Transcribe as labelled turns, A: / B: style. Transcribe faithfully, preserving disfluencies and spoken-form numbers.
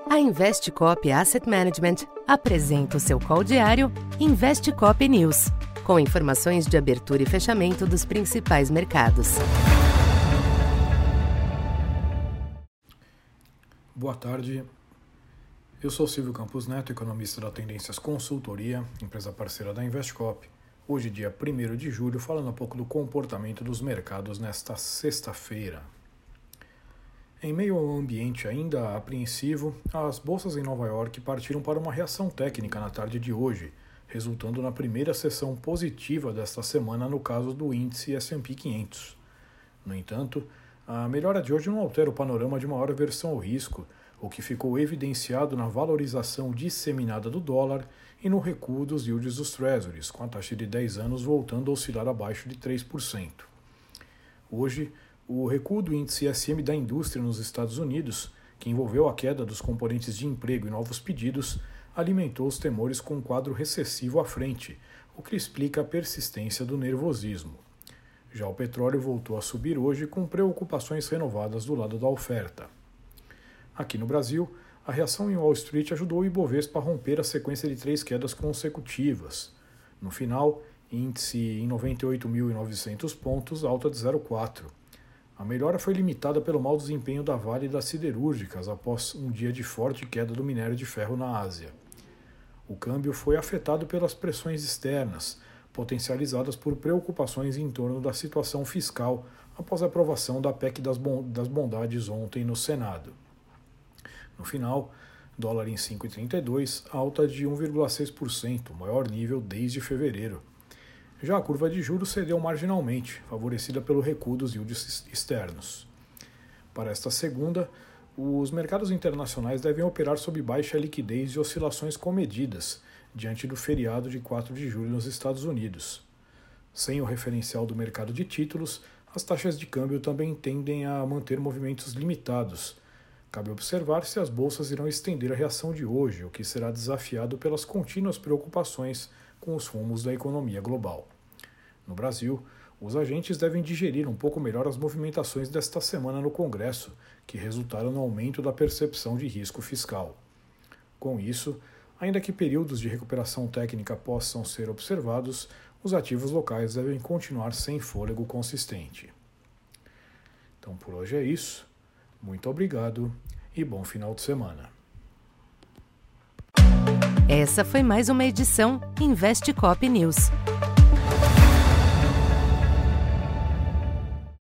A: A Investcop Asset Management apresenta o seu call diário Investcop News, com informações de abertura e fechamento dos principais mercados.
B: Boa tarde, eu sou Silvio Campos Neto, economista da Tendências Consultoria, empresa parceira da Investcop. Hoje, dia primeiro de julho, falando um pouco do comportamento dos mercados nesta sexta-feira. Em meio a um ambiente ainda apreensivo, as bolsas em Nova York partiram para uma reação técnica na tarde de hoje, resultando na primeira sessão positiva desta semana no caso do índice S and P quinhentos. No entanto, a melhora de hoje não altera o panorama de maior aversão ao risco, o que ficou evidenciado na valorização disseminada do dólar e no recuo dos yields dos Treasuries, com a taxa de dez anos voltando a oscilar abaixo de três por cento. Hoje, o recuo do índice I S M da indústria nos Estados Unidos, que envolveu a queda dos componentes de emprego e novos pedidos, alimentou os temores com um quadro recessivo à frente, o que explica a persistência do nervosismo. Já o petróleo voltou a subir hoje com preocupações renovadas do lado da oferta. Aqui no Brasil, a reação em Wall Street ajudou o Ibovespa a romper a sequência de três quedas consecutivas. No final, índice em noventa e oito mil e novecentos pontos, alta de zero vírgula quatro. A melhora foi limitada pelo mau desempenho da Vale e das siderúrgicas após um dia de forte queda do minério de ferro na Ásia. O câmbio foi afetado pelas pressões externas, potencializadas por preocupações em torno da situação fiscal após a aprovação da P E C das Bondades ontem no Senado. No final, dólar em cinco vírgula trinta e dois, alta de um vírgula seis por cento, maior nível desde fevereiro. Já a curva de juros cedeu marginalmente, favorecida pelo recuo dos yields externos. Para esta segunda, os mercados internacionais devem operar sob baixa liquidez e oscilações comedidas, diante do feriado de quatro de julho nos Estados Unidos. Sem o referencial do mercado de títulos, as taxas de câmbio também tendem a manter movimentos limitados. Cabe observar se as bolsas irão estender a reação de hoje, o que será desafiado pelas contínuas preocupações com os rumos da economia global. No Brasil, os agentes devem digerir um pouco melhor as movimentações desta semana no Congresso, que resultaram no aumento da percepção de risco fiscal. Com isso, ainda que períodos de recuperação técnica possam ser observados, os ativos locais devem continuar sem fôlego consistente. Então por hoje é isso. Muito obrigado e bom final de semana.
A: Essa foi mais uma edição Investcop News.